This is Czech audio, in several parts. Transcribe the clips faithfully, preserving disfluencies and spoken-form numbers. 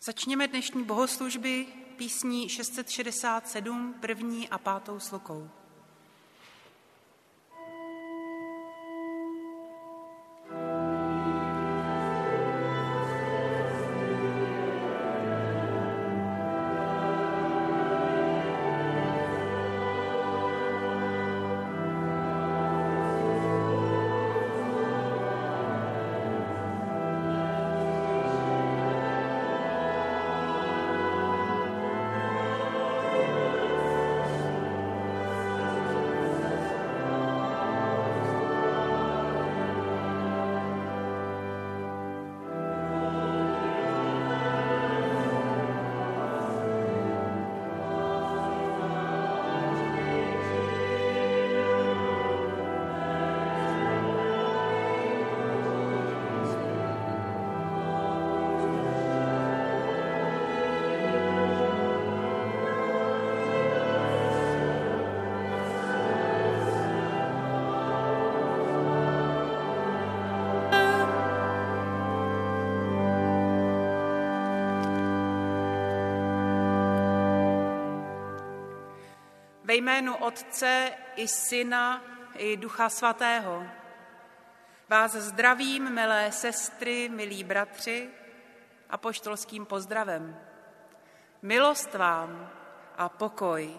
Začněme dnešní bohoslužby písní šest set šedesát sedm, první a pátou slokou. Ve jménu Otce i Syna i Ducha Svatého vás zdravím, milé sestry, milí bratři, apoštolským pozdravem. Milost vám a pokoj.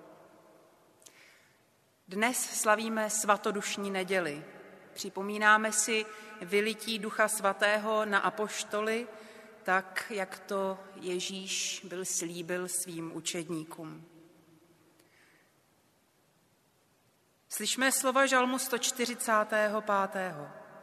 Dnes slavíme svatodušní neděli. Připomínáme si vylití Ducha Svatého na apoštoly, tak jak to Ježíš byl slíbil svým učedníkům. Slyšme slova žalmu sto čtyřicátého pátého.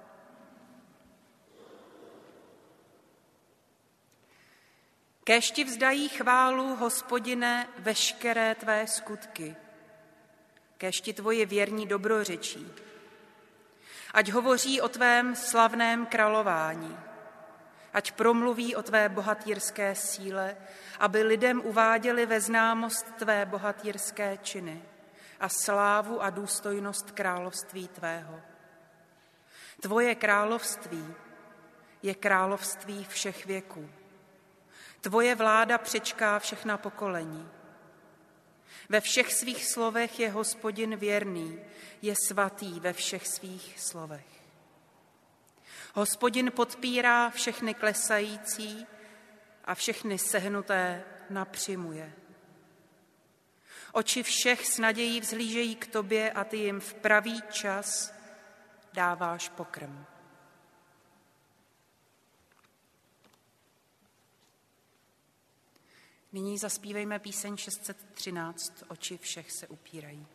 Kéž ti vzdají chválu, Hospodine, veškeré tvé skutky, kéž ti tvoji věrní dobrořečí, ať hovoří o tvém slavném králování, ať promluví o tvé bohatýrské síle, aby lidem uváděli ve známost tvé bohatýrské činy a slávu a důstojnost království tvého. Tvoje království je království všech věků. Tvoje vláda přečká všechna pokolení. Ve všech svých slovech je Hospodin věrný, je svatý ve všech svých slovech. Hospodin podpírá všechny klesající a všechny sehnuté napřimuje. Oči všech s nadějí vzhlížejí k tobě a ty jim v pravý čas dáváš pokrm. Nyní zaspívejme píseň šest set třináct, Oči všech se upírají.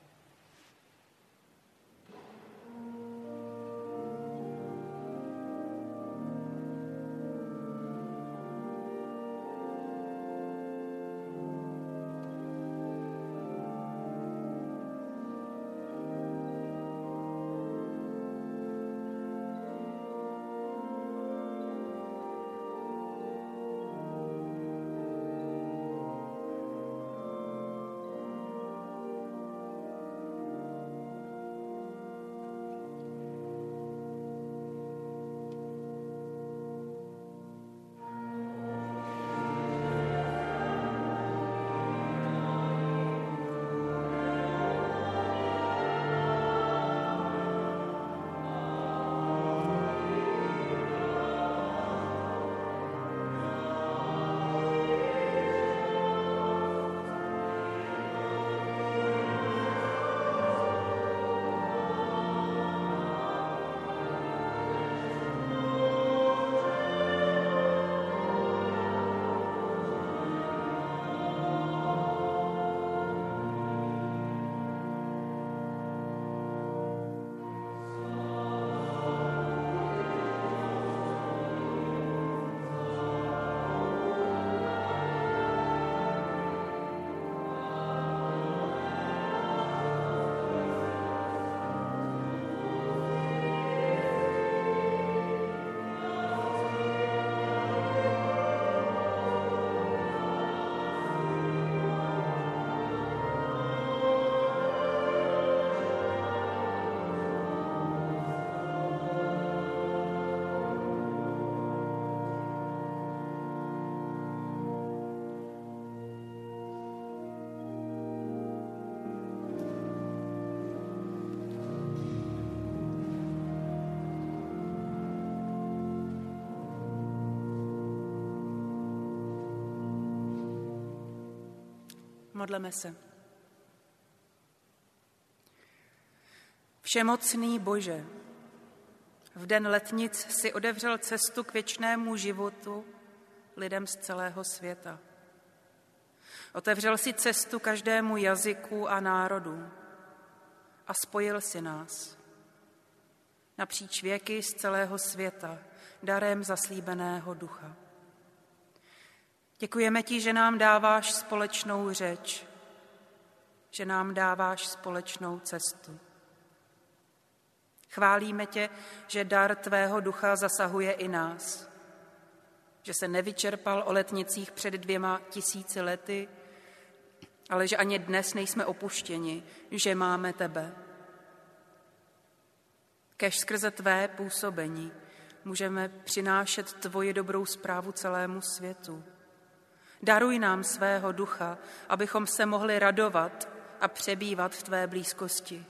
Modleme se. Všemocný Bože, v den letnic si otevřel cestu k věčnému životu lidem z celého světa. Otevřel si cestu každému jazyku a národu a spojil si nás napříč věky z celého světa darem zaslíbeného ducha. Děkujeme ti, že nám dáváš společnou řeč, že nám dáváš společnou cestu. Chválíme tě, že dar tvého ducha zasahuje i nás, že se nevyčerpal o letnicích před dvěma tisíci lety, ale že ani dnes nejsme opuštěni, že máme tebe. Kéž skrze tvé působení můžeme přinášet tvoji dobrou zprávu celému světu. Daruj nám svého ducha, abychom se mohli radovat a přebývat v tvé blízkosti.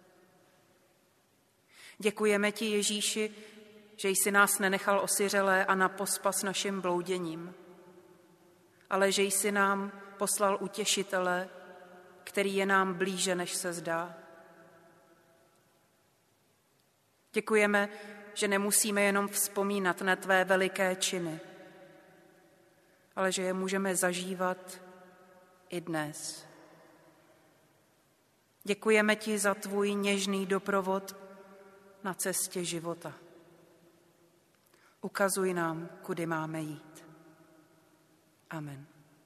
Děkujeme ti, Ježíši, že jsi nás nenechal osiřelé a na pospas našim blouděním, ale že jsi nám poslal utěšitele, který je nám blíže, než se zdá. Děkujeme, že nemusíme jenom vzpomínat na tvé veliké činy, ale že je můžeme zažívat i dnes. Děkujeme ti za tvůj něžný doprovod na cestě života. Ukazuj nám, kudy máme jít. Amen.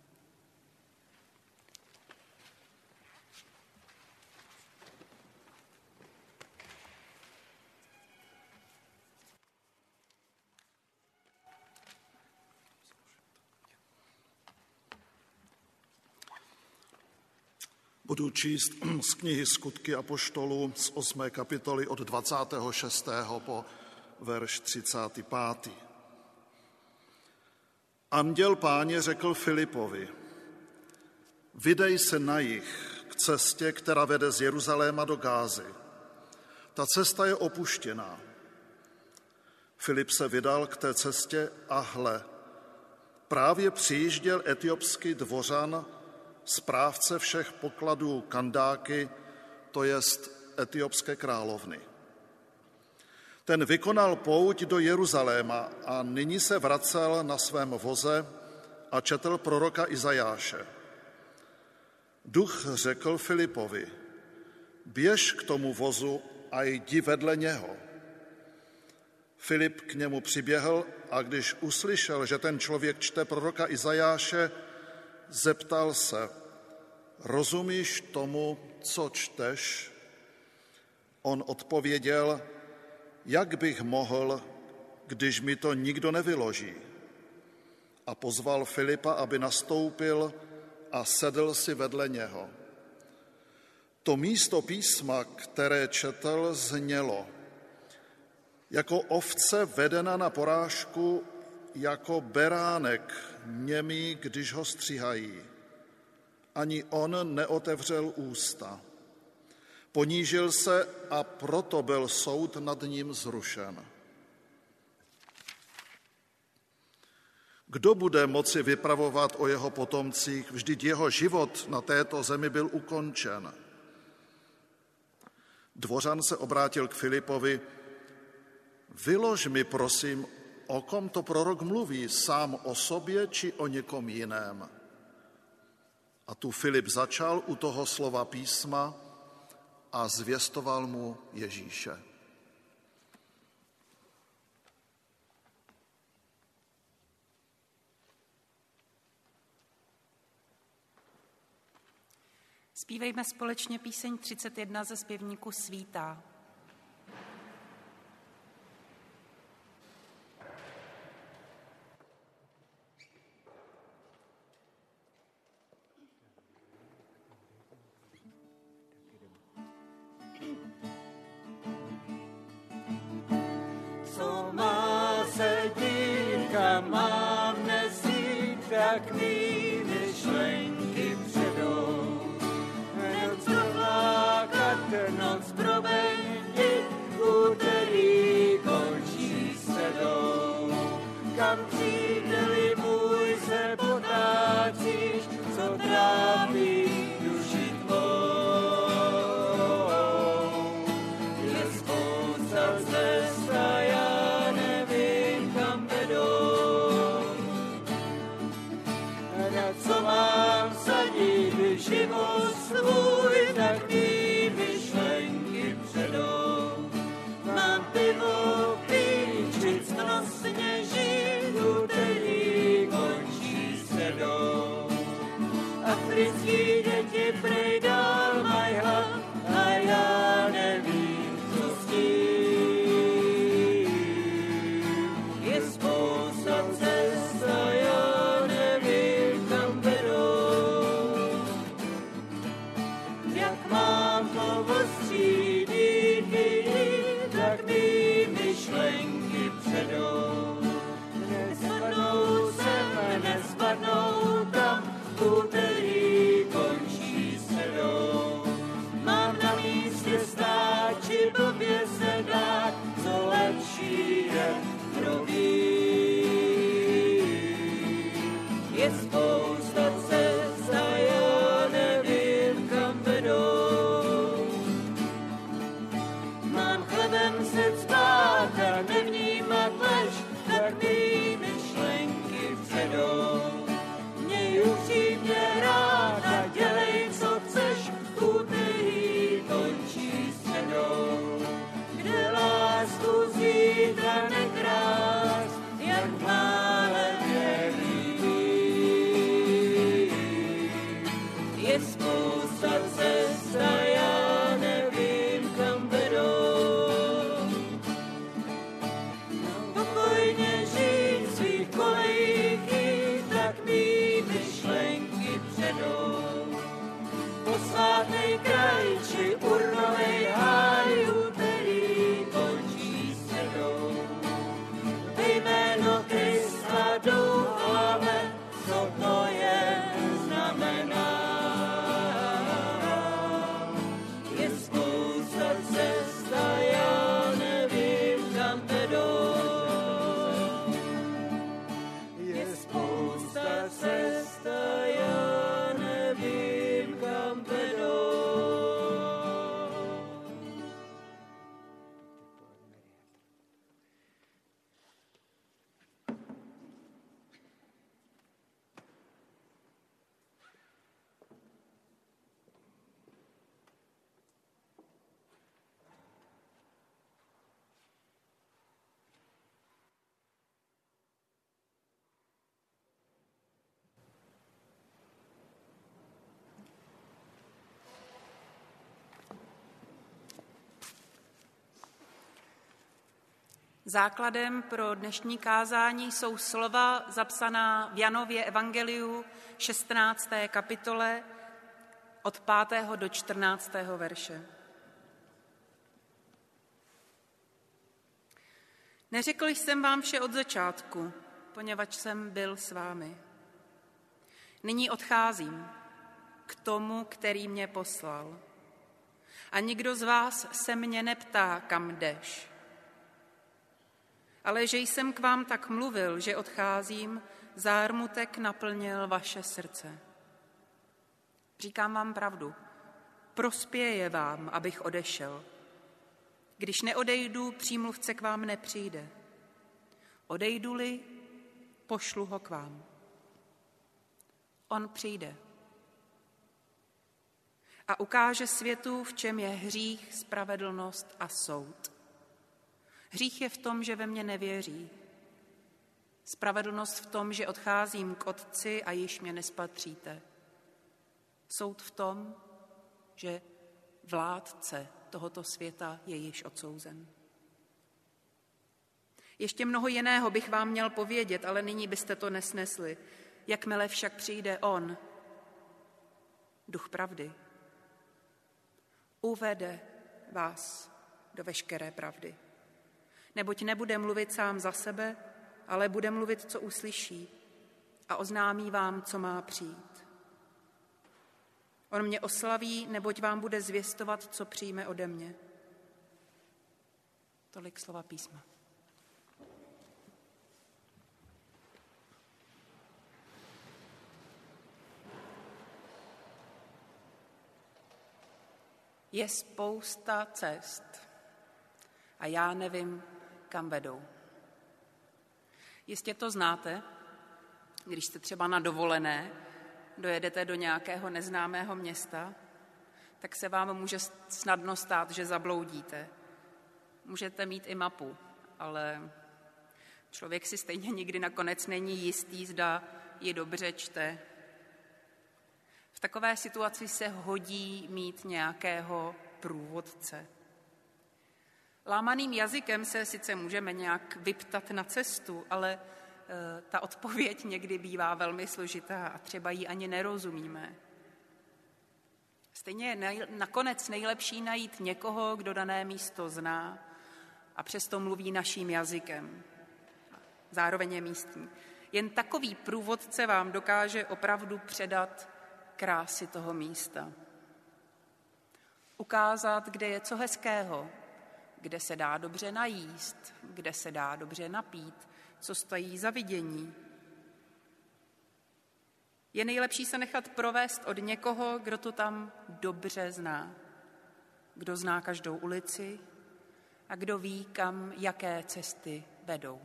Budu číst z knihy Skutky apoštolů z osmé kapitoly od dvacátého šestého po verš třicátý pátý. Anděl Páně řekl Filipovi: vydej se na jih k cestě, která vede z Jeruzaléma do Gázy. Ta cesta je opuštěná. Filip se vydal k té cestě a hle, právě přijížděl etiopský dvořan, správce všech pokladů Kandáky, to jest etiopské královny. Ten vykonal pouť do Jeruzaléma a nyní se vracel na svém voze a četl proroka Izajáše. Duch řekl Filipovi: běž k tomu vozu a jdi vedle něho. Filip k němu přiběhl a když uslyšel, že ten člověk čte proroka Izajáše, zeptal se: rozumíš tomu, co čteš? On odpověděl: jak bych mohl, když mi to nikdo nevyloží? A pozval Filipa, aby nastoupil a sedl si vedle něho. To místo písma, které četl, znělo: jako ovce vedena na porážku, jako beránek němý, když ho stříhají. Ani on neotevřel ústa. Ponížil se a proto byl soud nad ním zrušen. Kdo bude moci vypravovat o jeho potomcích, vždyť jeho život na této zemi byl ukončen? Dvořan se obrátil k Filipovi: vylož mi, prosím, o kom to prorok mluví, sám o sobě či o někom jiném? A tu Filip začal u toho slova písma a zvěstoval mu Ježíše. Zpívejme společně píseň třicet jedna ze zpěvníku Svítá. Co má se dít, kam mám dnes jít, tak mý myšlenky předou. Noc doplákat, noc probenit, úterý končí středou. Kam příteli můj se potáčíš, co trápí život svůj, tak mý myšlenky předou. Mám pivo píčit, snosně žiju, který končí sedou. Africký děti prej dál maj hlad a já nevím, co s tím. Je spousta cest a já nevím, kam vedou. Jak mám to ostří díky, tak mý myšlenky předou. Nespadnou sem, nespadnou tam, úterý končí sedou. Mám na místě stát, či blbě se dát, co lepší je kdo ví. Je spousta cest a já nevím, kam vedou. Mám chlebem se cpát a nevnímat lež, tak mý myšlenky předou. Měj upřímně rád a dělej, co chceš, úterý končí středou. Kde lásku zítra nekrás, jak málem je líbí. Je spousta cest a já nevím, kam vedou. Pokojně žít svých kolejí, tak mý myšlenky předou. Posvátnej kraj, či urnovej háj, úterý končí sedou. Ve jméno Krista doufáme, co to je znamená. Je spousta cest a já nevím, kam vedou. Je spousta cest a já nevím, kam vedou. Základem pro dnešní kázání jsou slova zapsaná v Janově evangeliu šestnácté kapitole od pátého do čtrnáctého verše. Neřekl jsem vám vše od začátku, poněvadž jsem byl s vámi. Nyní odcházím k tomu, který mě poslal. A nikdo z vás se mě neptá, kam jdeš. Ale že jsem k vám tak mluvil, že odcházím, zármutek naplnil vaše srdce. Říkám vám pravdu, prospěje vám, abych odešel. Když neodejdu, přímluvce k vám nepřijde. Odejdu-li, pošlu ho k vám. On přijde a ukáže světu, v čem je hřích, spravedlnost a soud. Hřích je v tom, že ve mně nevěří. Spravedlnost v tom, že odcházím k Otci a již mě nespatříte. Soud v tom, že vládce tohoto světa je již odsouzen. Ještě mnoho jiného bych vám měl povědět, ale nyní byste to nesnesli. Jakmile však přijde on, Duch pravdy, uvede vás do veškeré pravdy. Neboť nebude mluvit sám za sebe, ale bude mluvit, co uslyší a oznámí vám, co má přijít. On mě oslaví, neboť vám bude zvěstovat, co přijme ode mě. Tolik slova písma. Je spousta cest a já nevím, kam vedou. Jistě to znáte, když jste třeba na dovolené dojedete do nějakého neznámého města, tak se vám může snadno stát, že zabloudíte. Můžete mít i mapu, ale člověk si stejně nikdy nakonec není jistý, zda ji dobře čte. V takové situaci se hodí mít nějakého průvodce. Lámaným jazykem se sice můžeme nějak vyptat na cestu, ale e, ta odpověď někdy bývá velmi složitá a třeba ji ani nerozumíme. Stejně je nej, nakonec nejlepší najít někoho, kdo dané místo zná a přesto mluví naším jazykem. Zároveň je místní. Jen takový průvodce vám dokáže opravdu předat krásy toho místa. Ukázat, kde je co hezkého, kde se dá dobře najíst, kde se dá dobře napít, co stojí za vidění. Je nejlepší se nechat provést od někoho, kdo to tam dobře zná, kdo zná každou ulici a kdo ví, kam jaké cesty vedou.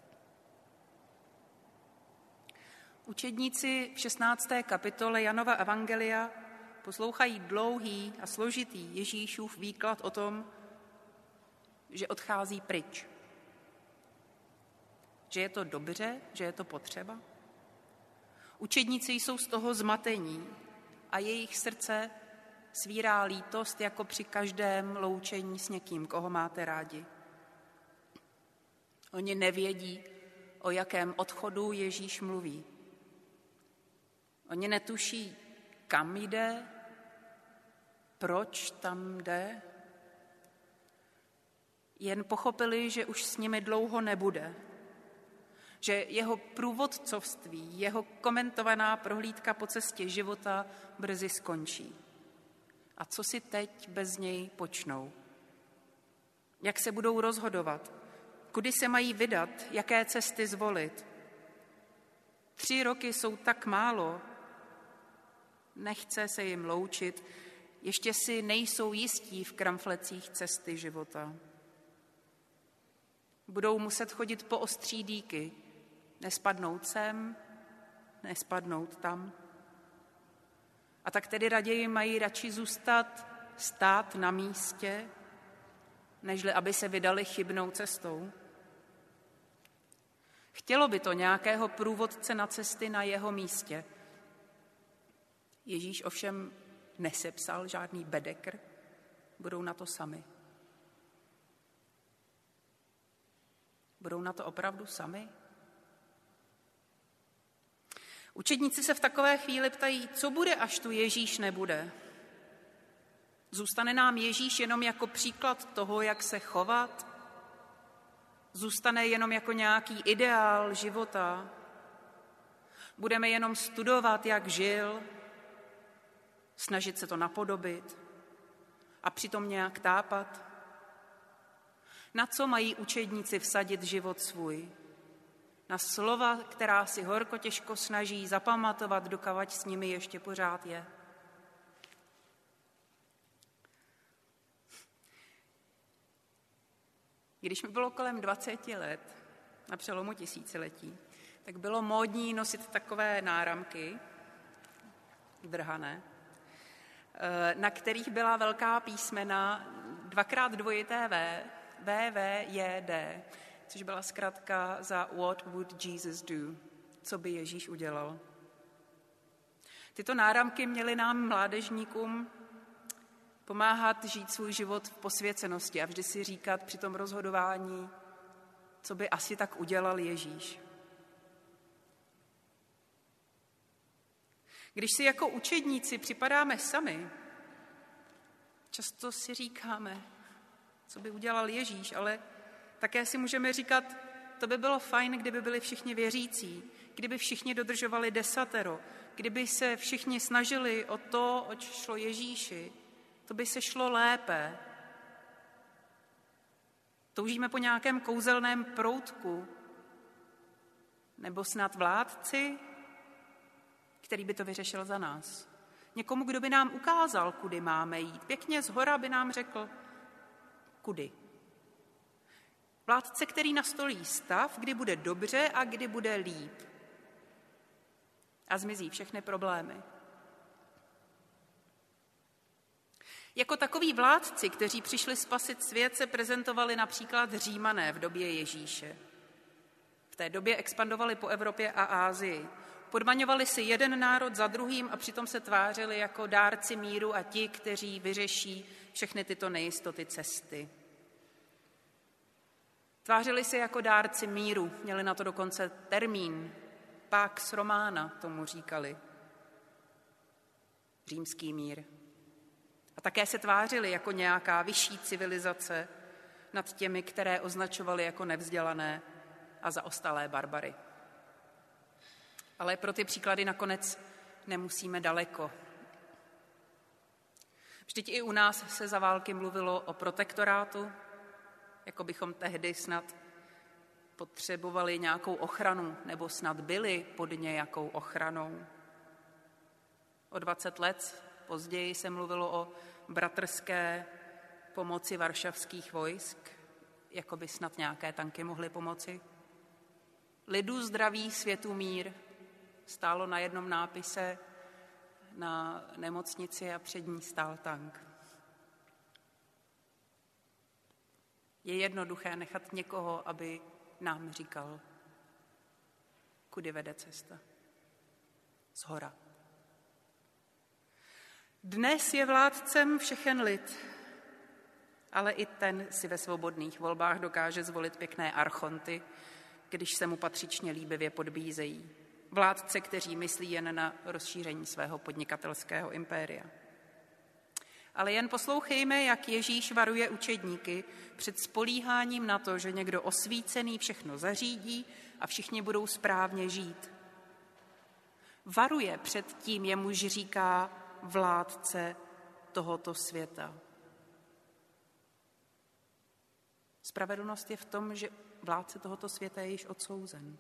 Učedníci v šestnácté kapitole Janova evangelia poslouchají dlouhý a složitý Ježíšův výklad o tom, že odchází pryč. Že je to dobře, že je to potřeba. Učedníci jsou z toho zmatení a jejich srdce svírá lítost jako při každém loučení s někým, koho máte rádi. Oni nevědí, o jakém odchodu Ježíš mluví. Oni netuší, kam jde, proč tam jde. Jen pochopili, že už s nimi dlouho nebude. Že jeho průvodcovství, jeho komentovaná prohlídka po cestě života brzy skončí. A co si teď bez něj počnou? Jak se budou rozhodovat? Kudy se mají vydat? Jaké cesty zvolit? Tři roky jsou tak málo. Nechce se jim loučit. Ještě si nejsou jistí v kramflecích cesty života. Budou muset chodit po ostří dýky. Nespadnout sem, nespadnout tam. A tak tedy raději mají radši zůstat stát na místě, nežli aby se vydali chybnou cestou. Chtělo by to nějakého průvodce na cesty na jeho místě. Ježíš ovšem nesepsal žádný bedekr, budou na to sami. Budou na to opravdu sami? Učedníci se v takové chvíli ptají, co bude, až tu Ježíš nebude. Zůstane nám Ježíš jenom jako příklad toho, jak se chovat? Zůstane jenom jako nějaký ideál života? Budeme jenom studovat, jak žil, snažit se to napodobit a přitom nějak tápat? Na co mají učedníci vsadit život svůj? Na slova, která si horko těžko snaží zapamatovat, dokavať s nimi ještě pořád je. Když mi bylo kolem dvaceti let, na přelomu tisíciletí, tak bylo módní nosit takové náramky, drhané, na kterých byla velká písmena, dvakrát dvojité V, V, V, J, D, což byla zkratka za What would Jesus do? Co by Ježíš udělal? Tyto náramky měly nám, mládežníkům, pomáhat žít svůj život v posvěcenosti a vždy si říkat při tom rozhodování, co by asi tak udělal Ježíš. Když si jako učedníci připadáme sami, často si říkáme, co by udělal Ježíš, ale také si můžeme říkat, to by bylo fajn, kdyby byli všichni věřící, kdyby všichni dodržovali desatero, kdyby se všichni snažili o to, oč šlo Ježíši, to by se šlo lépe. Toužíme po nějakém kouzelném proutku, nebo snad vládci, který by to vyřešil za nás. Někomu, kdo by nám ukázal, kudy máme jít. Pěkně zhora by nám řekl, kudy. Vládce, který nastolí stav, kdy bude dobře a kdy bude líp. A zmizí všechny problémy. Jako takoví vládci, kteří přišli spasit svět, se prezentovali například Římané v době Ježíše. V té době expandovali po Evropě a Asii. Podmaňovali si jeden národ za druhým a přitom se tvářili jako dárci míru a ti, kteří vyřeší všechny tyto nejistoty cesty. Tvářili se jako dárci míru, měli na to dokonce termín, Pax Romana tomu říkali, římský mír. A také se tvářili jako nějaká vyšší civilizace nad těmi, které označovali jako nevzdělané a zaostalé barbary. Ale pro ty příklady nakonec nemusíme daleko. Vždyť i u nás se za války mluvilo o protektorátu, jako bychom tehdy snad potřebovali nějakou ochranu, nebo snad byli pod nějakou ochranou. O dvacet let později se mluvilo o bratrské pomoci varšavských vojsk, jako by snad nějaké tanky mohly pomoci. Lidu zdraví, světu mír, stálo na jednom nápise na nemocnici a před ní stál tank. Je jednoduché nechat někoho, aby nám říkal, kudy vede cesta. Zhora. Dnes je vládcem všechen lid, ale i ten si ve svobodných volbách dokáže zvolit pěkné archonty, když se mu patřičně líbivě podbízejí. Vládce, kteří myslí jen na rozšíření svého podnikatelského impéria. Ale jen poslouchejme, jak Ježíš varuje učedníky před spolíháním na to, že někdo osvícený všechno zařídí a všichni budou správně žít. Varuje před tím, jemuž říká vládce tohoto světa. Spravedlnost je v tom, že vládce tohoto světa je již odsouzen.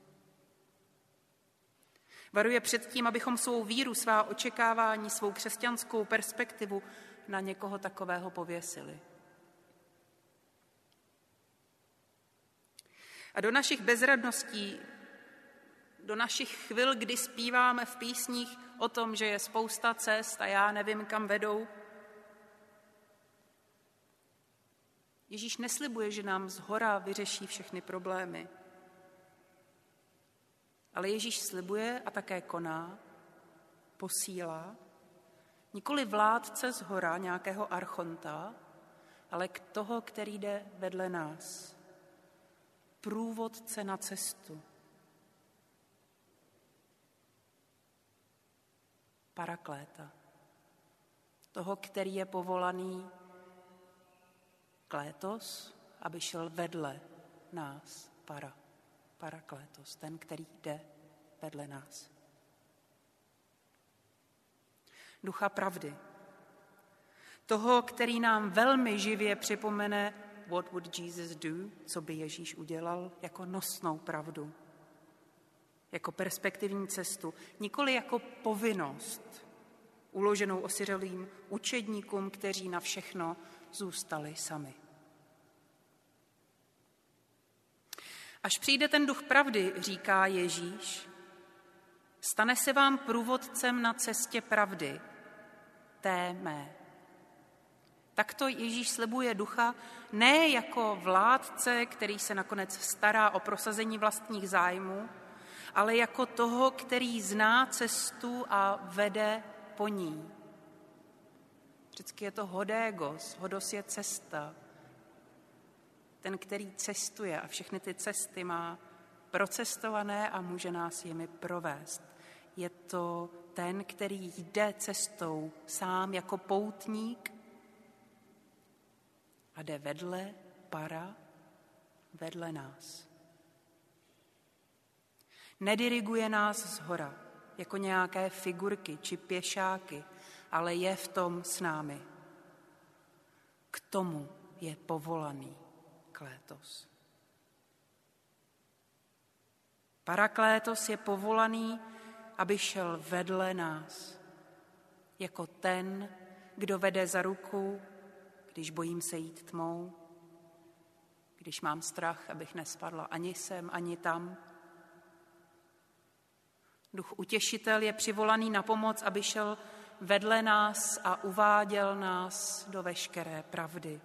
Varuje před tím, abychom svou víru, svá očekávání, svou křesťanskou perspektivu na někoho takového pověsili. A do našich bezradností, do našich chvil, kdy zpíváme v písních o tom, že je spousta cest a já nevím, kam vedou, Ježíš neslibuje, že nám zhora vyřeší všechny problémy. Ale Ježíš slibuje a také koná, posílá, nikoli vládce zhora nějakého archonta, ale k toho, který jde vedle nás. Průvodce na cestu. Parakléta. Toho, který je povolaný klétos, aby šel vedle nás. Para. Paraklétos, ten, který jde vedle nás. Ducha pravdy. Toho, který nám velmi živě připomene what would Jesus do, co by Ježíš udělal, jako nosnou pravdu, jako perspektivní cestu, nikoli jako povinnost, uloženou osiřelým učedníkům, kteří na všechno zůstali sami. Až přijde ten duch pravdy, říká Ježíš, stane se vám průvodcem na cestě pravdy, té mé. Takto Ježíš slibuje ducha ne jako vládce, který se nakonec stará o prosazení vlastních zájmů, ale jako toho, který zná cestu a vede po ní. Vždycky je to hodégos, hodos je cesta. Ten, který cestuje a všechny ty cesty má procestované a může nás jimi provést. Je to ten, který jde cestou sám jako poutník a jde vedle para, vedle nás. Nediriguje nás zhora jako nějaké figurky či pěšáky, ale je v tom s námi. K tomu je povolaný Klétos. Paraklétos je povolaný, aby šel vedle nás, jako ten, kdo vede za ruku, když bojím se jít tmou, když mám strach, abych nespadla ani sem, ani tam. Duch utěšitel je přivolaný na pomoc, aby šel vedle nás a uváděl nás do veškeré pravdy.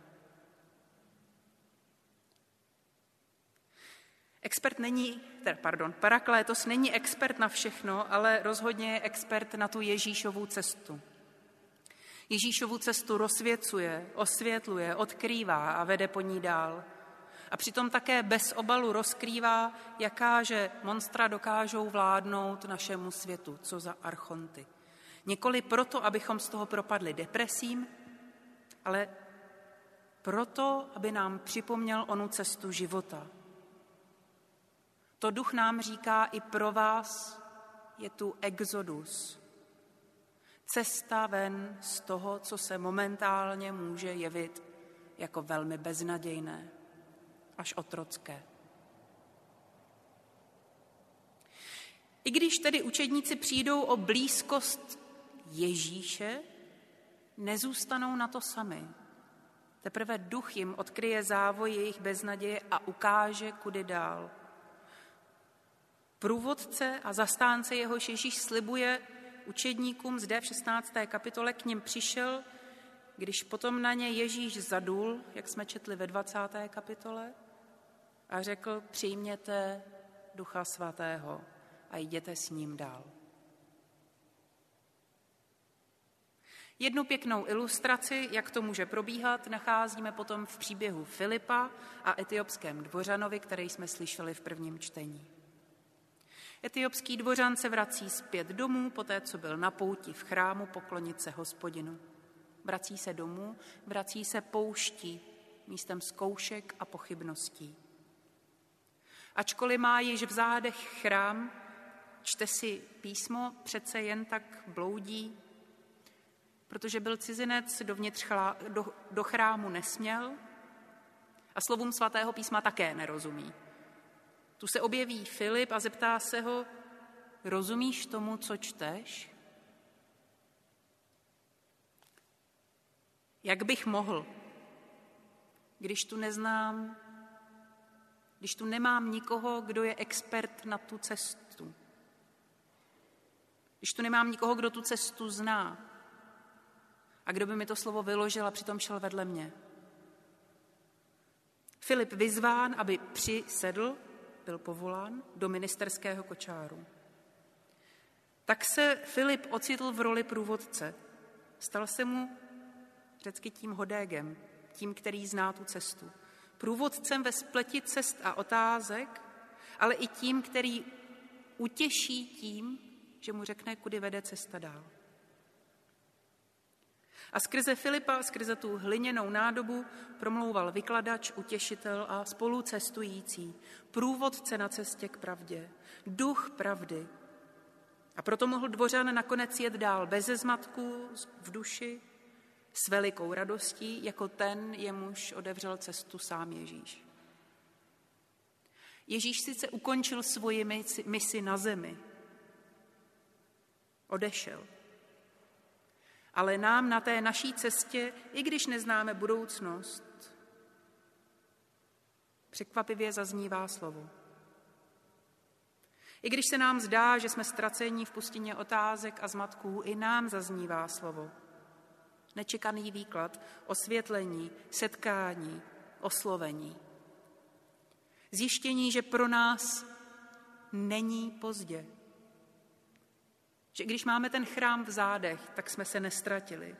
Expert není, pardon, Paraklétos není expert na všechno, ale rozhodně je expert na tu Ježíšovu cestu. Ježíšovu cestu rozsvěcuje, osvětluje, odkrývá a vede po ní dál. A přitom také bez obalu rozkrývá, jakáže monstra dokážou vládnout našemu světu, co za archonty. Nikoli proto, abychom z toho propadli depresím, ale proto, aby nám připomněl onu cestu života. To Duch nám říká, i pro vás je tu exodus. Cesta ven z toho, co se momentálně může jevit jako velmi beznadějné, až otrocké. I když tedy učedníci přijdou o blízkost Ježíše, nezůstanou na to sami. Teprve Duch jim odkryje závoj jejich beznaděje a ukáže, kudy dál. Průvodce a zastánce, jehož Ježíš slibuje učedníkům zde v šestnácté kapitole, k nim přišel, když potom na ně Ježíš zadul, jak jsme četli ve dvacáté kapitole, a řekl: přijměte Ducha Svatého a jděte s ním dál. Jednu pěknou ilustraci, jak to může probíhat, nacházíme potom v příběhu Filipa a etiopském dvořanovi, který jsme slyšeli v prvním čtení. Etiopský dvořan se vrací zpět domů, poté co byl na pouti v chrámu poklonit se Hospodinu. Vrací se domů, vrací se pouští, místem zkoušek a pochybností. Ačkoliv má již v zádech chrám, čte si písmo, přece jen tak bloudí, protože byl cizinec, dovnitř chlá, do, do chrámu nesměl a slovům svatého písma také nerozumí. Tu se objeví Filip a zeptá se ho: rozumíš tomu, co čteš? Jak bych mohl, když tu neznám, když tu nemám nikoho, kdo je expert na tu cestu? Když tu nemám nikoho, kdo tu cestu zná a kdo by mi to slovo vyložil a přitom šel vedle mě? Filip vyzván, aby přisedl, byl povolán do ministerského kočáru. Tak se Filip ocitl v roli průvodce. Stal se mu řecky tím hodégem, tím, který zná tu cestu. Průvodcem ve spleti cest a otázek, ale i tím, který utěší tím, že mu řekne, kudy vede cesta dál. A skrze Filipa, skrze tu hliněnou nádobu promlouval vykladač, utěšitel a spolucestující, průvodce na cestě k pravdě, duch pravdy. A proto mohl dvořan nakonec jet dál beze zmatku, v duši, s velikou radostí, jako ten, jemuž otevřel cestu sám Ježíš. Ježíš sice ukončil svoji misi na zemi, odešel, ale nám na té naší cestě, i když neznáme budoucnost, překvapivě zaznívá slovo. I když se nám zdá, že jsme ztraceni v pustině otázek a zmatků, i nám zaznívá slovo. Nečekaný výklad, osvětlení, setkání, oslovení. Zjištění, že pro nás není pozdě. Že když máme ten chrám v zádech, tak jsme se nestratili.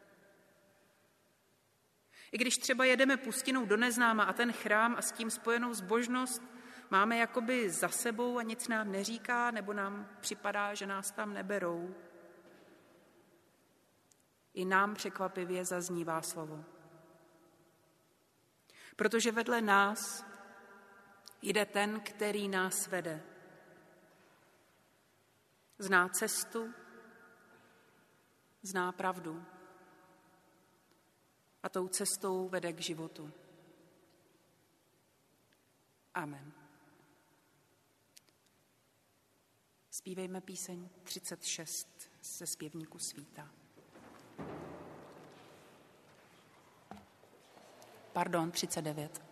I když třeba jedeme pustinou do neznáma a ten chrám a s tím spojenou zbožnost máme jakoby za sebou a nic nám neříká, nebo nám připadá, že nás tam neberou, i nám překvapivě zaznívá slovo. Protože vedle nás jde ten, který nás vede. Zná cestu, zná pravdu a tou cestou vede k životu. Amen. Zpívejme píseň třicet šest ze zpěvníku Svíta. Pardon, třicet devět.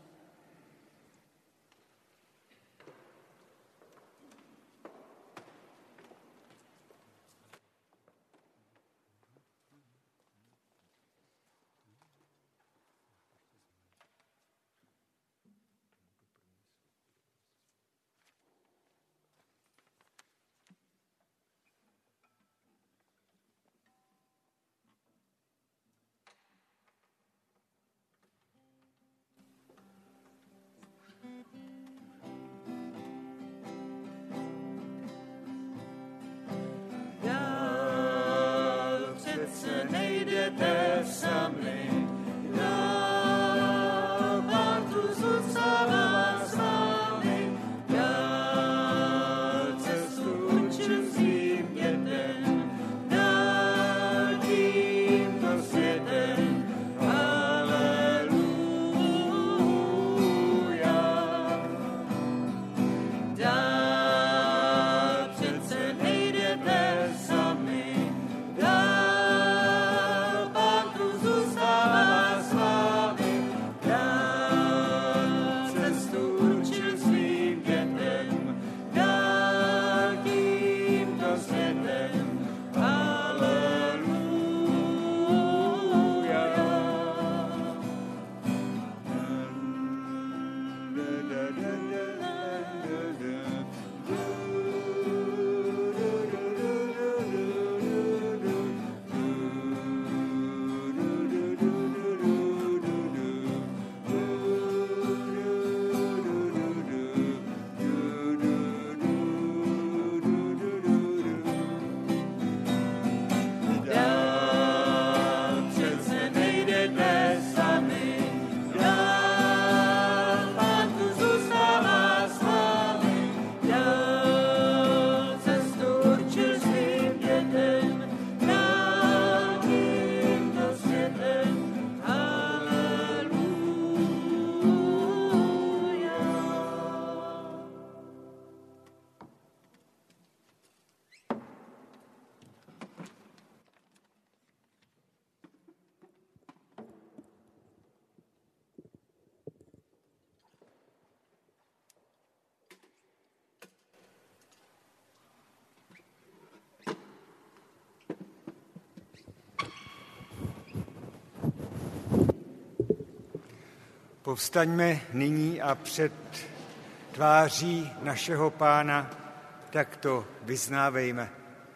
Povstaňme nyní a před tváří našeho Pána takto vyznávejme.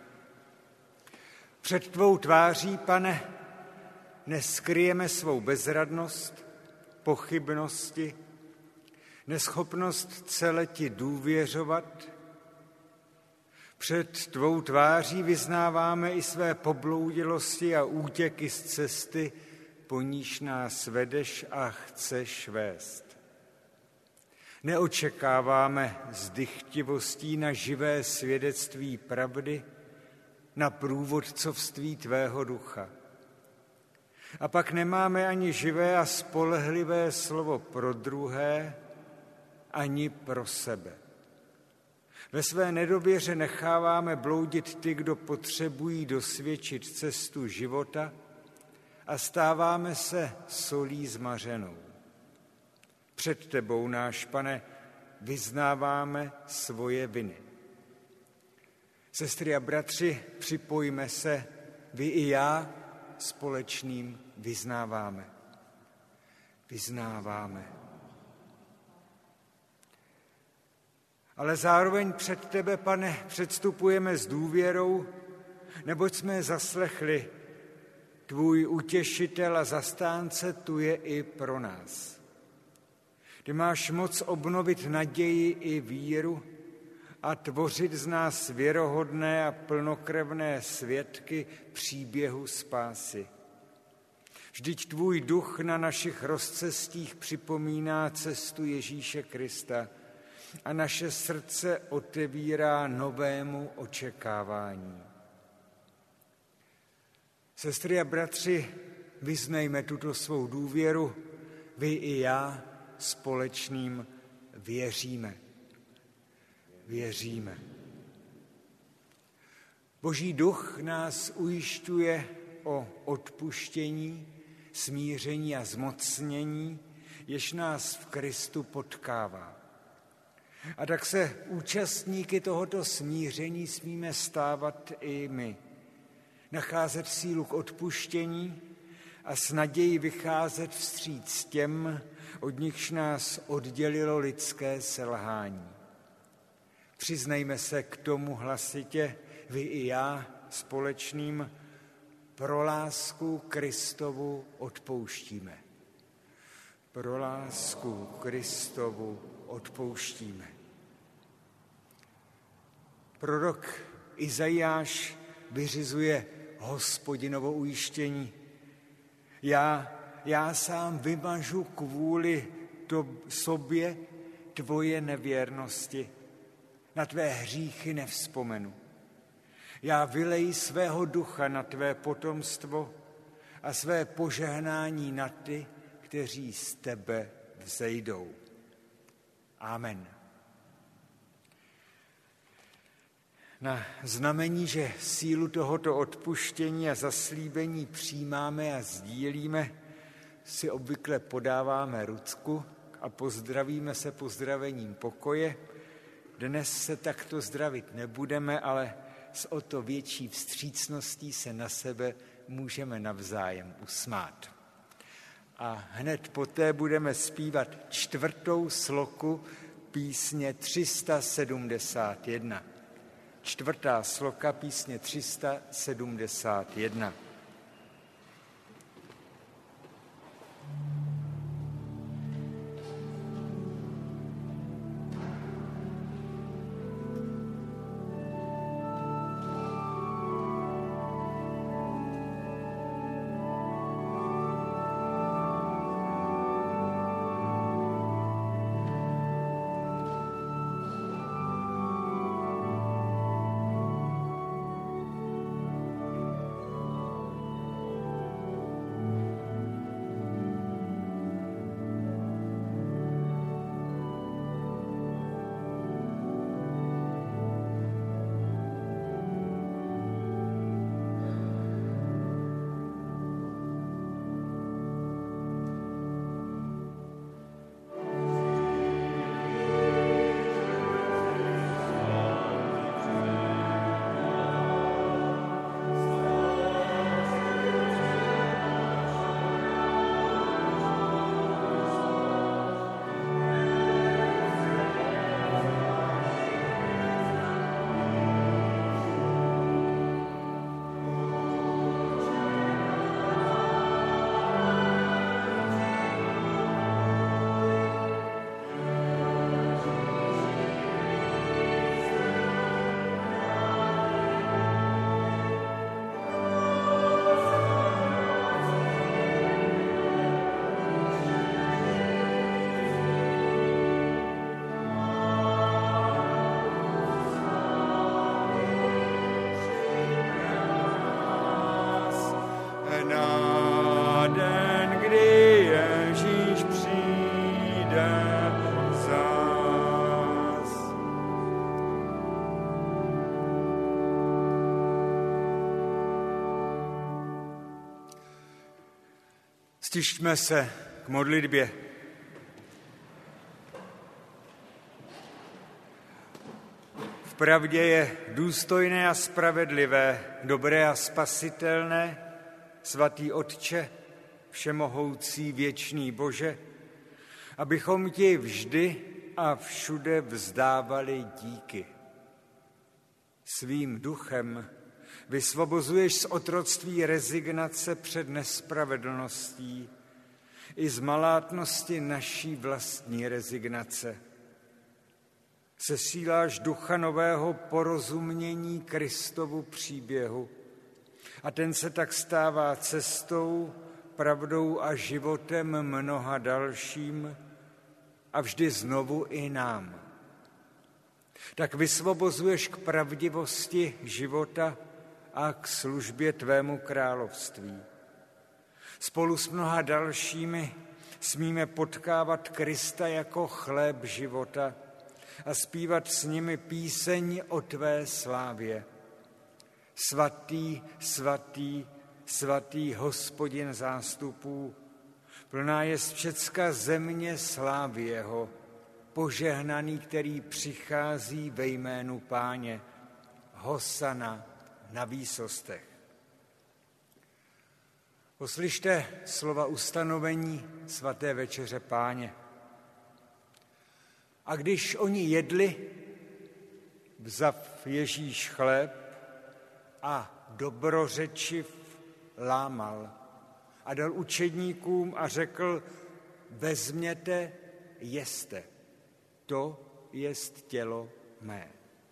Před tvou tváří, Pane, neskryjeme svou bezradnost, pochybnosti, neschopnost celé ti důvěřovat. Před tvou tváří vyznáváme i své pobloudilosti a útěky z cesty, po níž nás vedeš a chceš vést. Neočekáváme s dychtivostí na živé svědectví pravdy, na průvodcovství tvého ducha. A pak nemáme ani živé a spolehlivé slovo pro druhé, ani pro sebe. Ve své nedoběře necháváme bloudit ty, kdo potřebují dosvědčit cestu života, a stáváme se solí zmařenou. Před tebou, náš Pane, vyznáváme svoje viny. Sestry a bratři, připojme se, vy i já společným vyznáváme. Vyznáváme. Ale zároveň před tebe, Pane, předstupujeme s důvěrou, neboť jsme zaslechli, tvůj utěšitel a zastánce tu je i pro nás. Ty máš moc obnovit naději i víru a tvořit z nás věrohodné a plnokrevné svědky příběhu spásy. Vždyť tvůj duch na našich rozcestích připomíná cestu Ježíše Krista a naše srdce otevírá novému očekávání. Sestry a bratři, vyznejme tuto svou důvěru, vy i já společným věříme. Věříme. Boží duch nás ujišťuje o odpuštění, smíření a zmocnění, jež nás v Kristu potkává. A tak se účastníky tohoto smíření smíme stávat i my. Nacházet sílu k odpuštění a s nadějí vycházet vstříc těm, od nichž nás oddělilo lidské selhání. Přiznejme se k tomu hlasitě, vy i já společným, pro lásku Kristovu odpouštíme. Pro lásku Kristovu odpouštíme. Prorok Izajáš vyřizuje Hospodinovo ujištění. Já, já sám vymažu kvůli to, sobě tvoje nevěrnosti. Na tvé hříchy nevzpomenu. Já vyleji svého ducha na tvé potomstvo a své požehnání na ty, kteří z tebe vzejdou. Amen. Na znamení, že sílu tohoto odpuštění a zaslíbení přijímáme a sdílíme, si obvykle podáváme ruku a pozdravíme se pozdravením pokoje. Dnes se takto zdravit nebudeme, ale s o to větší vstřícností se na sebe můžeme navzájem usmát. A hned poté budeme zpívat čtvrtou sloku písně tři sta sedmdesát jedna. Čtvrtá sloka písně tři sta sedmdesát jedna. Stišťme se k modlitbě. Vpravdě je důstojné a spravedlivé, dobré a spasitelné, svatý Otče, všemohoucí věčný Bože, abychom ti vždy a všude vzdávali díky. Svým duchem vysvobozuješ z otroctví rezignace před nespravedlností i z malátnosti naší vlastní rezignace. Sesíláš ducha nového porozumění Kristovu příběhu a ten se tak stává cestou, pravdou a životem mnoha dalším a vždy znovu i nám. Tak vysvobozuješ k pravdivosti života a k službě tvému království. Spolu s mnoha dalšími smíme potkávat Krista jako chléb života a zpívat s nimi píseň o tvé slávě. Svatý, svatý, svatý Hospodin zástupů, plná je všecka země slávy jeho, požehnaný, který přichází ve jménu Páně, Hosana na výsostech. Poslyšte slova ustanovení svaté večeře Páně. A když oni jedli, vzav Ježíš chléb a dobrořečiv lámal a dal učedníkům a řekl, vezměte, jeste, to jest tělo mé.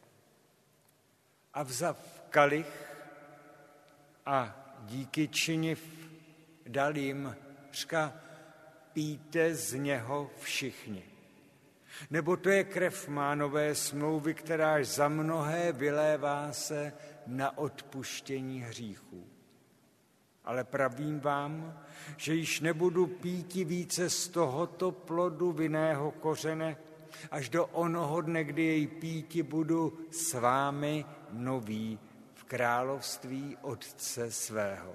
A vzav kalich a díky činiv dal jim, říká, pijte z něho všichni. Nebo to je krev má nové smlouvy, která za mnohé vylévá se na odpuštění hříchů. Ale pravím vám, že již nebudu píti více z tohoto plodu vinného kořene, až do onoho dne, kdy jej píti budu s vámi nový v království Otce svého.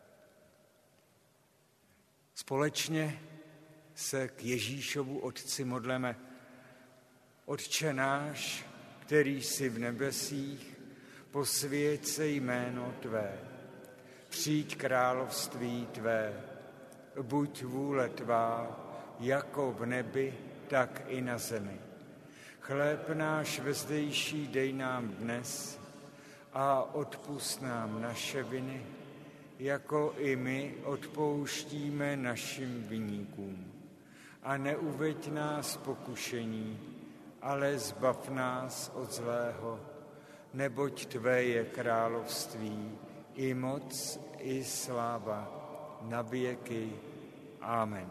Společně se k Ježíšovu Otci modleme. Otče náš, který jsi v nebesích, posvěť se jméno tvé. Přijď království tvé, buď vůle tvá, jako v nebi, tak i na zemi. Chléb náš vezdejší dej nám dnes a odpusť nám naše viny, jako i my odpouštíme našim viníkům. A neuveď nás pokušení, ale zbav nás od zlého, neboť tvé je království, i moc, i sláva, na věky. Amen.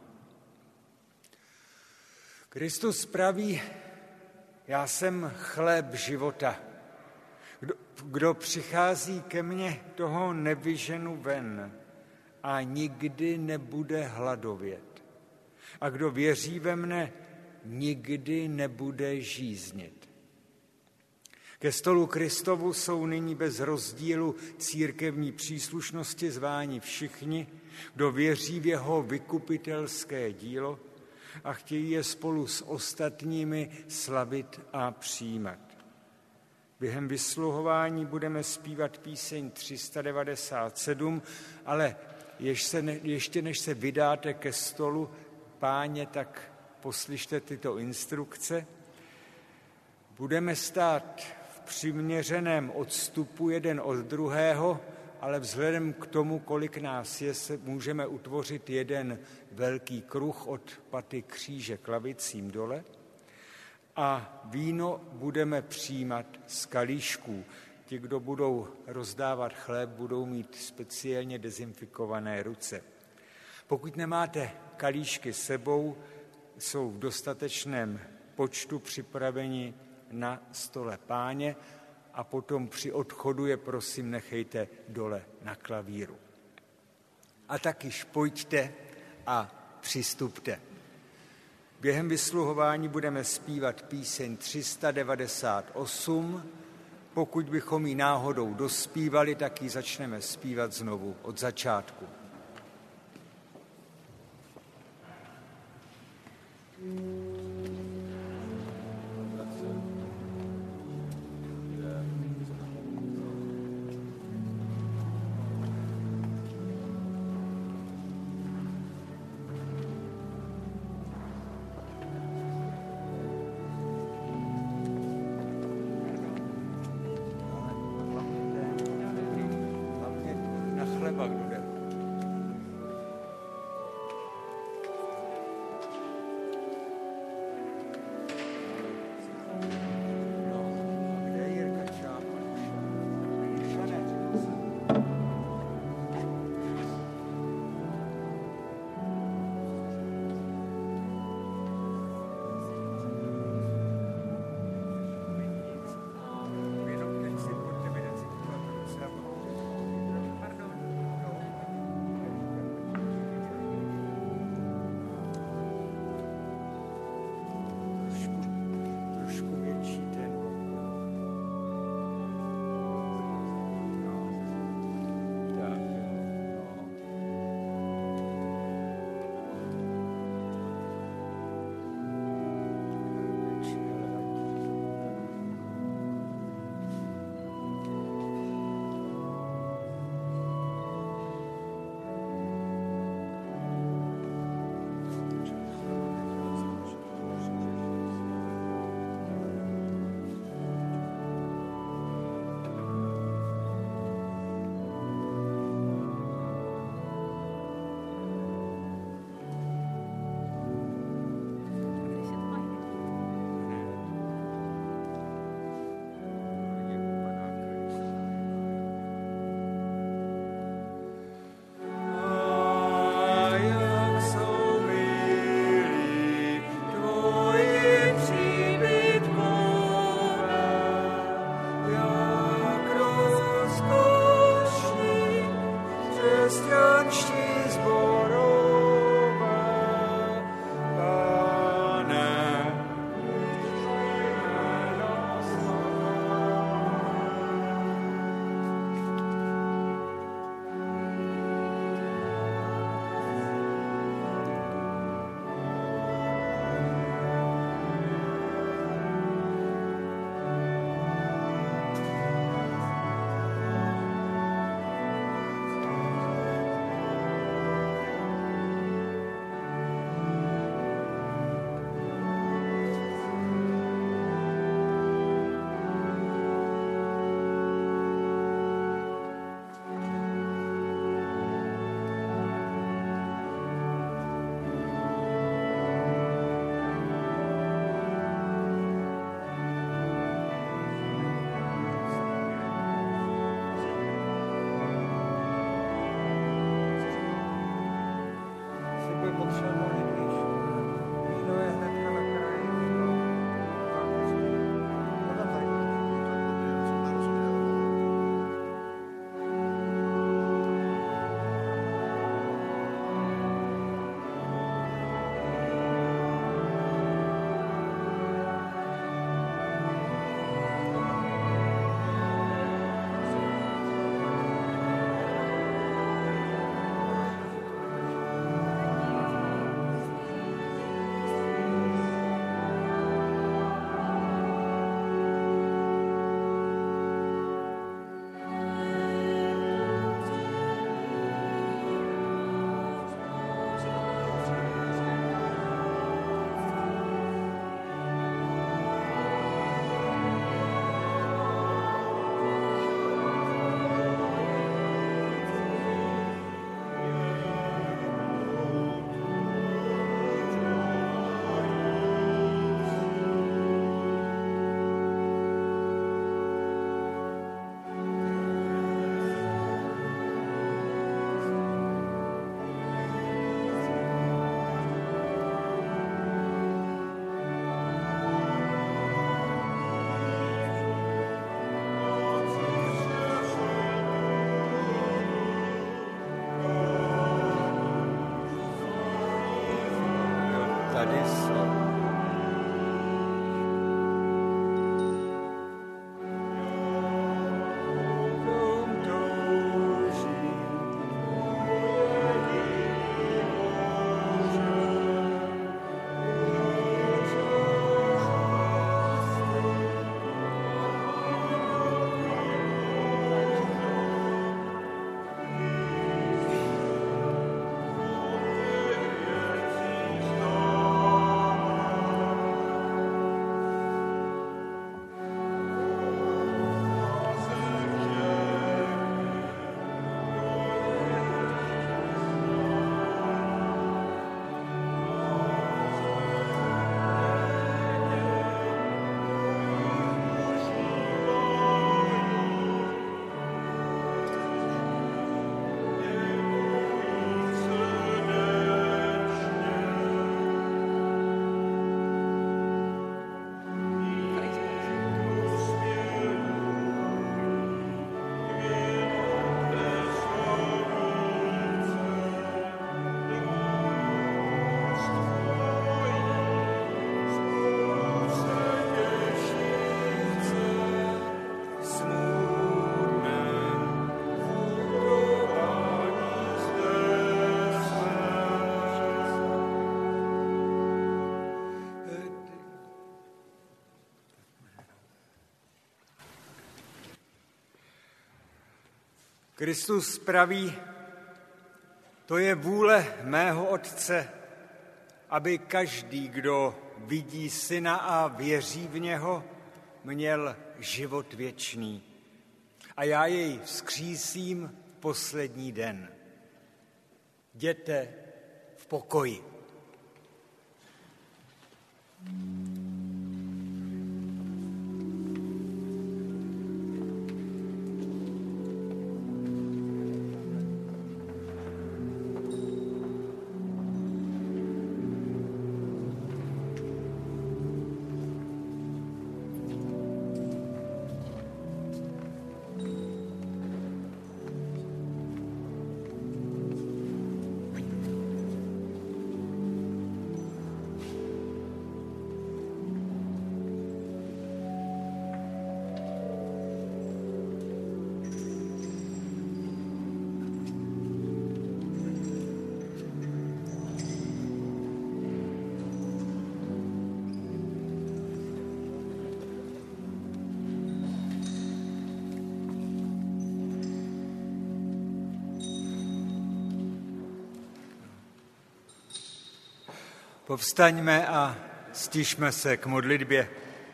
Kristus praví, já jsem chléb života. Kdo, kdo přichází ke mně, toho nevyženu ven a nikdy nebude hladovět. A kdo věří ve mne, nikdy nebude žíznit. Ke stolu Kristovu jsou nyní bez rozdílu církevní příslušnosti zváni všichni, kdo věří v jeho vykupitelské dílo a chtějí je spolu s ostatními slavit a přijímat. Během vysluhování budeme zpívat píseň tři sta devadesát sedm, ale ještě než se vydáte ke stolu Páně, tak poslyšte tyto instrukce. Budeme stát v přiměřeném odstupu jeden od druhého, ale vzhledem k tomu, kolik nás je, se můžeme utvořit jeden velký kruh od paty kříže k lavicím dole a víno budeme přijímat z kalíšků. Ti, kdo budou rozdávat chléb, budou mít speciálně dezinfikované ruce. Pokud nemáte kalíšky s sebou, jsou v dostatečném počtu připraveni na stole Páně a potom při odchodu je prosím nechejte dole na klavíru. A tak již pojďte a přistupte. Během vysluhování budeme zpívat píseň tři sta devadesát osm. Pokud bychom ji náhodou dospívali, tak ji začneme zpívat znovu od začátku. chleba, kdo jde. Kristus praví, to je vůle mého Otce, aby každý, kdo vidí Syna a věří v něho, měl život věčný. A já jej vzkřísím v poslední den. Jděte v pokoji. Povstaňme a stišme se k modlitbě.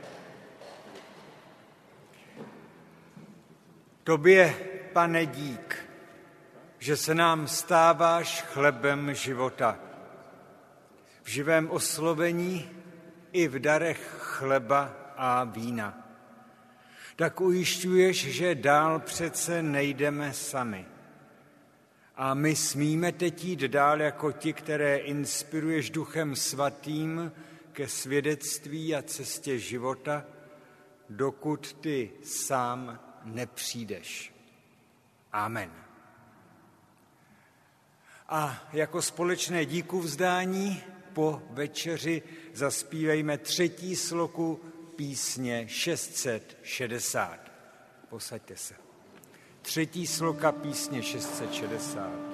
Tobě, Pane, dík, že se nám stáváš chlebem života. V živém oslovení i v darech chleba a vína. Tak ujišťuješ, že dál přece nejdeme sami. A my smíme teď jít dál jako ti, které inspiruješ Duchem Svatým ke svědectví a cestě života, dokud ty sám nepřijdeš. Amen. A jako společné díkuvzdání po večeři zaspívejme třetí sloku písně šest set šedesát. Posaďte se. Třetí sloka písně šest set šedesát.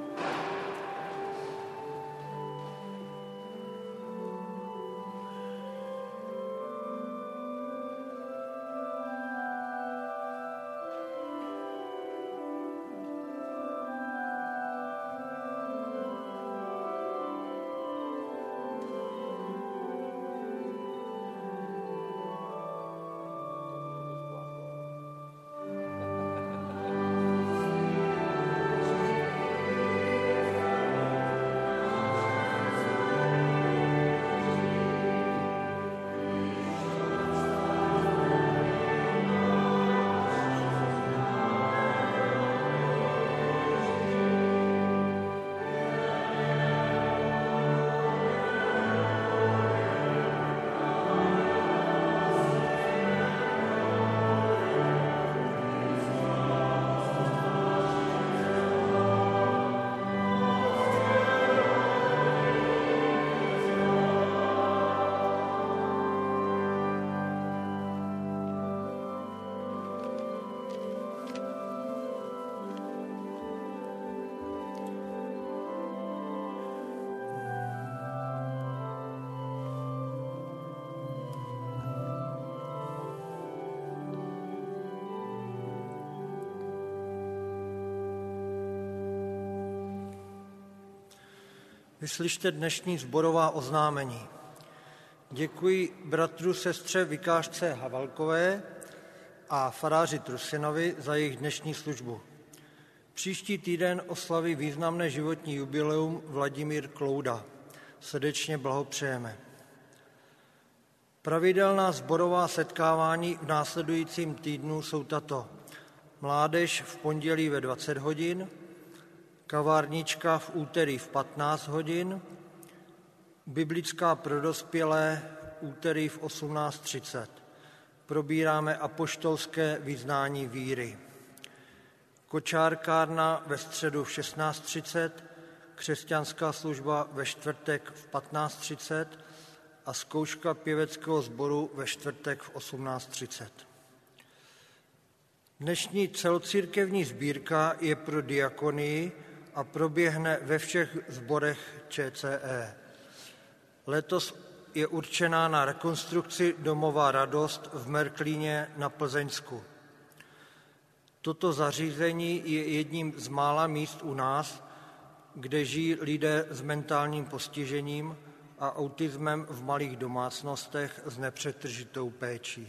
Vyslyšte dnešní sborová oznámení. Děkuji bratru sestře vikářce Havalkové a faráři Trusinovi za jejich dnešní službu. Příští týden oslaví významné životní jubileum Vladimír Klouda. Srdečně blahopřejeme. Pravidelná sborová setkávání v následujícím týdnu jsou tato: mládež v pondělí ve dvacet hodin, kavárnička v úterý v patnáct hodin, biblická pro dospělé úterý v osmnáct třicet. Probíráme apoštolské vyznání víry. Kočárkárna ve středu v šestnáct třicet, křesťanská služba ve čtvrtek v patnáct třicet a zkouška pěveckého sboru ve čtvrtek v osmnáct třicet. Dnešní celocírkevní sbírka je pro diakonii a proběhne ve všech sborech Č C E. Letos je určená na rekonstrukci domova Radost v Merklíně na Plzeňsku. Toto zařízení je jedním z mála míst u nás, kde žijí lidé s mentálním postižením a autismem v malých domácnostech s nepřetržitou péčí.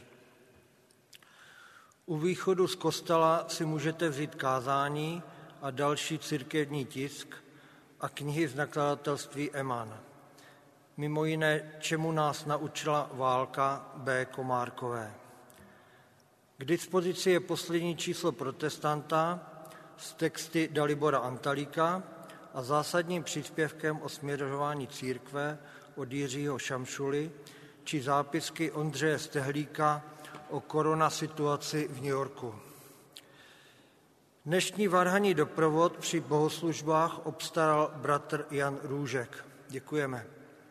U východu z kostela si můžete vzít kázání a další církevní tisk a knihy z nakladatelství Eman. Mimo jiné, čemu nás naučila válka B. Komárkové. K dispozici je poslední číslo Protestanta s texty Dalibora Antalíka a zásadním příspěvkem o směřování církve od Jiřího Šamšuly či zápisky Ondřeje Stehlíka o koronasituaci v New Yorku. Dnešní varhanní doprovod při bohoslužbách obstaral bratr Jan Růžek. Děkujeme.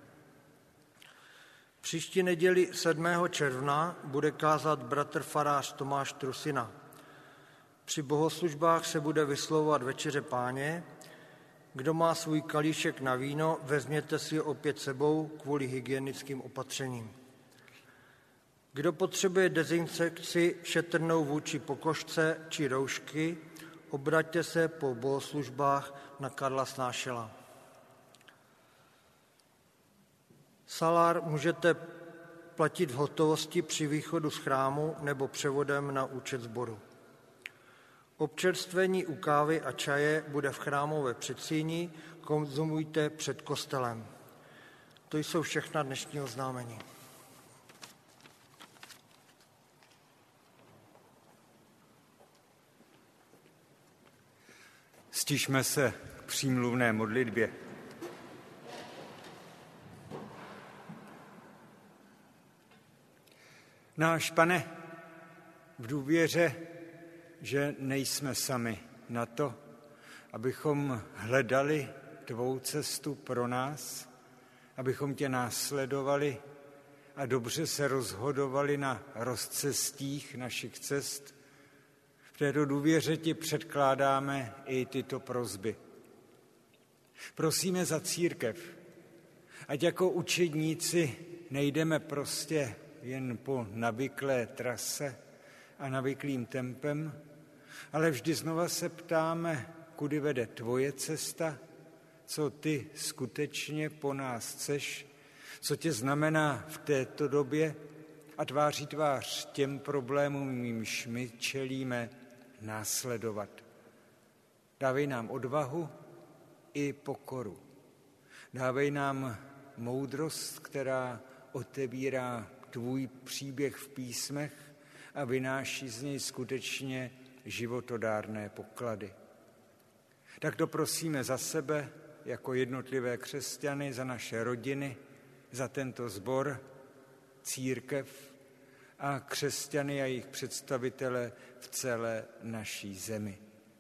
Příští neděli sedmého června bude kázat bratr farář Tomáš Trusina. Při bohoslužbách se bude vyslovovat večeře Páně. Kdo má svůj kalíšek na víno, vezměte si ho opět sebou kvůli hygienickým opatřením. Kdo potřebuje dezinfekci šetrnou vůči pokožce či roušky, obraťte se po bohoslužbách na Karla Snášela. Salár můžete platit v hotovosti při východu z chrámu nebo převodem na účet sboru. Občerstvení u kávy a čaje bude v chrámové předsíni, konzumujte před kostelem. To jsou všechna dnešní oznámení. Stišme se k přímluvné modlitbě. Náš Pane, v důvěře, že nejsme sami na to, abychom hledali tvou cestu pro nás, abychom tě následovali a dobře se rozhodovali na rozcestích našich cest. V této důvěře ti předkládáme i tyto prosby. Prosíme za církev, ať jako učedníci nejdeme prostě jen po navyklé trase a navyklým tempem, ale vždy znova se ptáme, kudy vede tvoje cesta, co ty skutečně po nás chceš, co tě znamená v této době a tváří tvář těm problémům, jimž my čelíme, následovat. Dávej nám odvahu i pokoru. Dávej nám moudrost, která otevírá tvůj příběh v písmech a vynáší z něj skutečně životodárné poklady. Tak to prosíme za sebe, jako jednotlivé křesťany, za naše rodiny, za tento sbor, církev a křesťany a jejich představitele v celé naší zemi.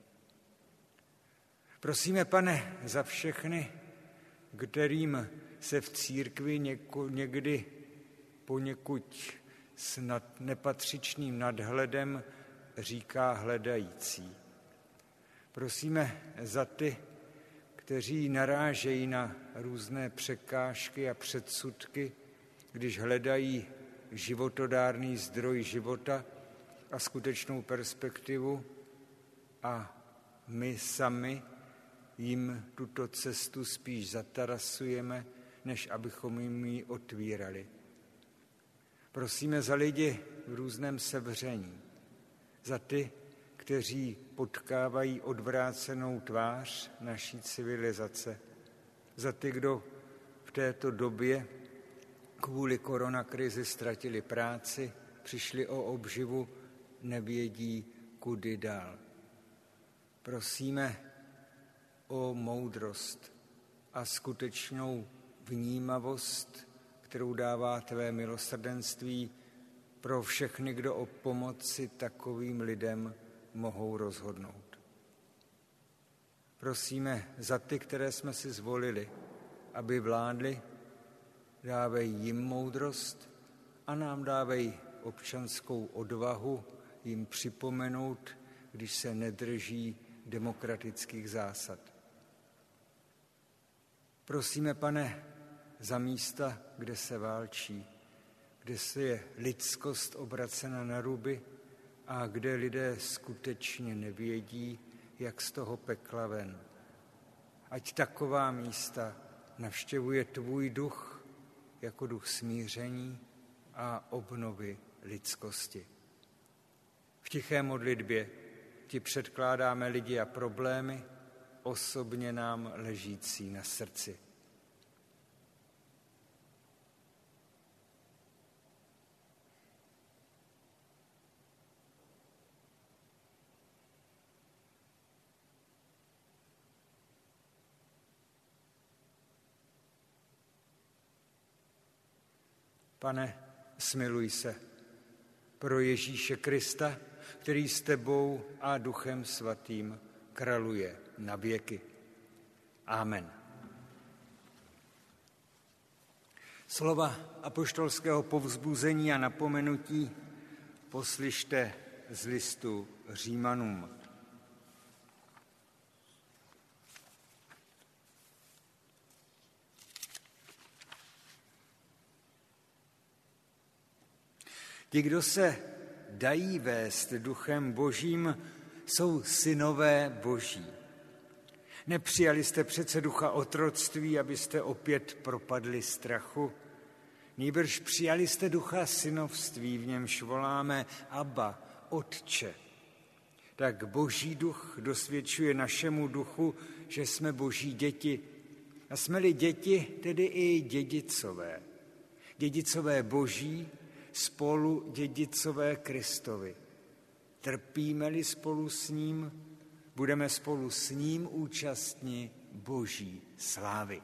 Prosíme, Pane, za všechny, kterým se v církvi něko, někdy poněkud s nad, nepatřičným nadhledem říká hledající. Prosíme za ty, kteří narážejí na různé překážky a předsudky, když hledají životodárný zdroj života a skutečnou perspektivu a my sami jim tuto cestu spíš zatarasujeme, než abychom jim ji otvírali. Prosíme za lidi v různém sevření, za ty, kteří potkávají odvrácenou tvář naší civilizace, za ty, kdo v této době kvůli koronakrizi ztratili práci, přišli o obživu, nevědí, kudy dál. Prosíme o moudrost a skutečnou vnímavost, kterou dává tvé milosrdenství pro všechny, kdo o pomoci takovým lidem mohou rozhodnout. Prosíme za ty, které jsme si zvolili, aby vládli, dávej jim moudrost a nám dávej občanskou odvahu jim připomenout, když se nedrží demokratických zásad. Prosíme, Pane, za místa, kde se válčí, kde se je lidskost obracena na ruby, a kde lidé skutečně nevědí, jak z toho pekla ven. Ať taková místa navštěvuje tvůj duch jako duch smíření a obnovy lidskosti. V tiché modlitbě ti předkládáme lidi a problémy, osobně nám ležící na srdci. Pane, smiluj se pro Ježíše Krista, který s tebou a Duchem Svatým králuje na věky. Amen. Slova apoštolského povzbuzení a napomenutí poslyšte z listu Římanům. Ti, kdo se dají vést Duchem Božím, jsou synové Boží. Nepřijali jste přece ducha otroctví, abyste opět propadli strachu. Nýbrž přijali jste ducha synovství, v němž voláme Abba, Otče. Tak Boží duch dosvědčuje našemu duchu, že jsme Boží děti. A jsme-li děti, tedy i dědicové. Dědicové Boží, spolu dědicové Kristovi. Trpíme-li spolu s ním, budeme spolu s ním účastni Boží slávy.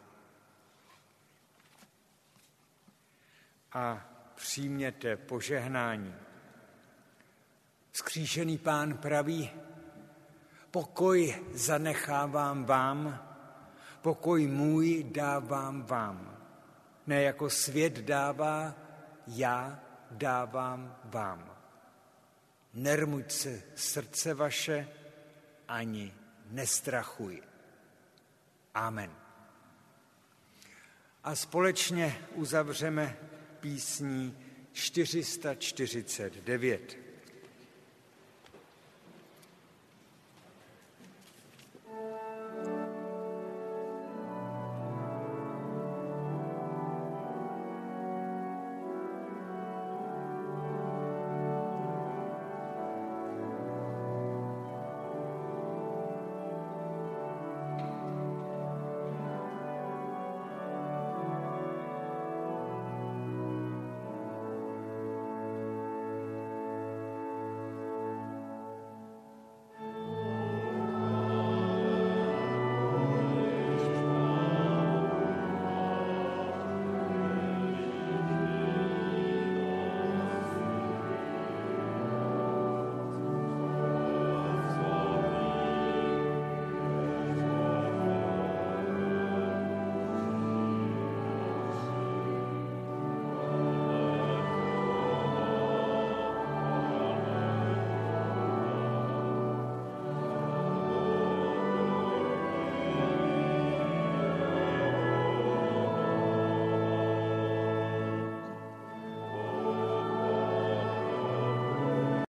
A přijměte požehnání. Vzkříšený Pán praví, pokoj zanechávám vám, pokoj můj dávám vám. Ne jako svět dává, já dávám vám. Nermuť se srdce vaše, ani nestrachuj. Amen. A společně uzavřeme písní čtyři sta čtyřicet devět.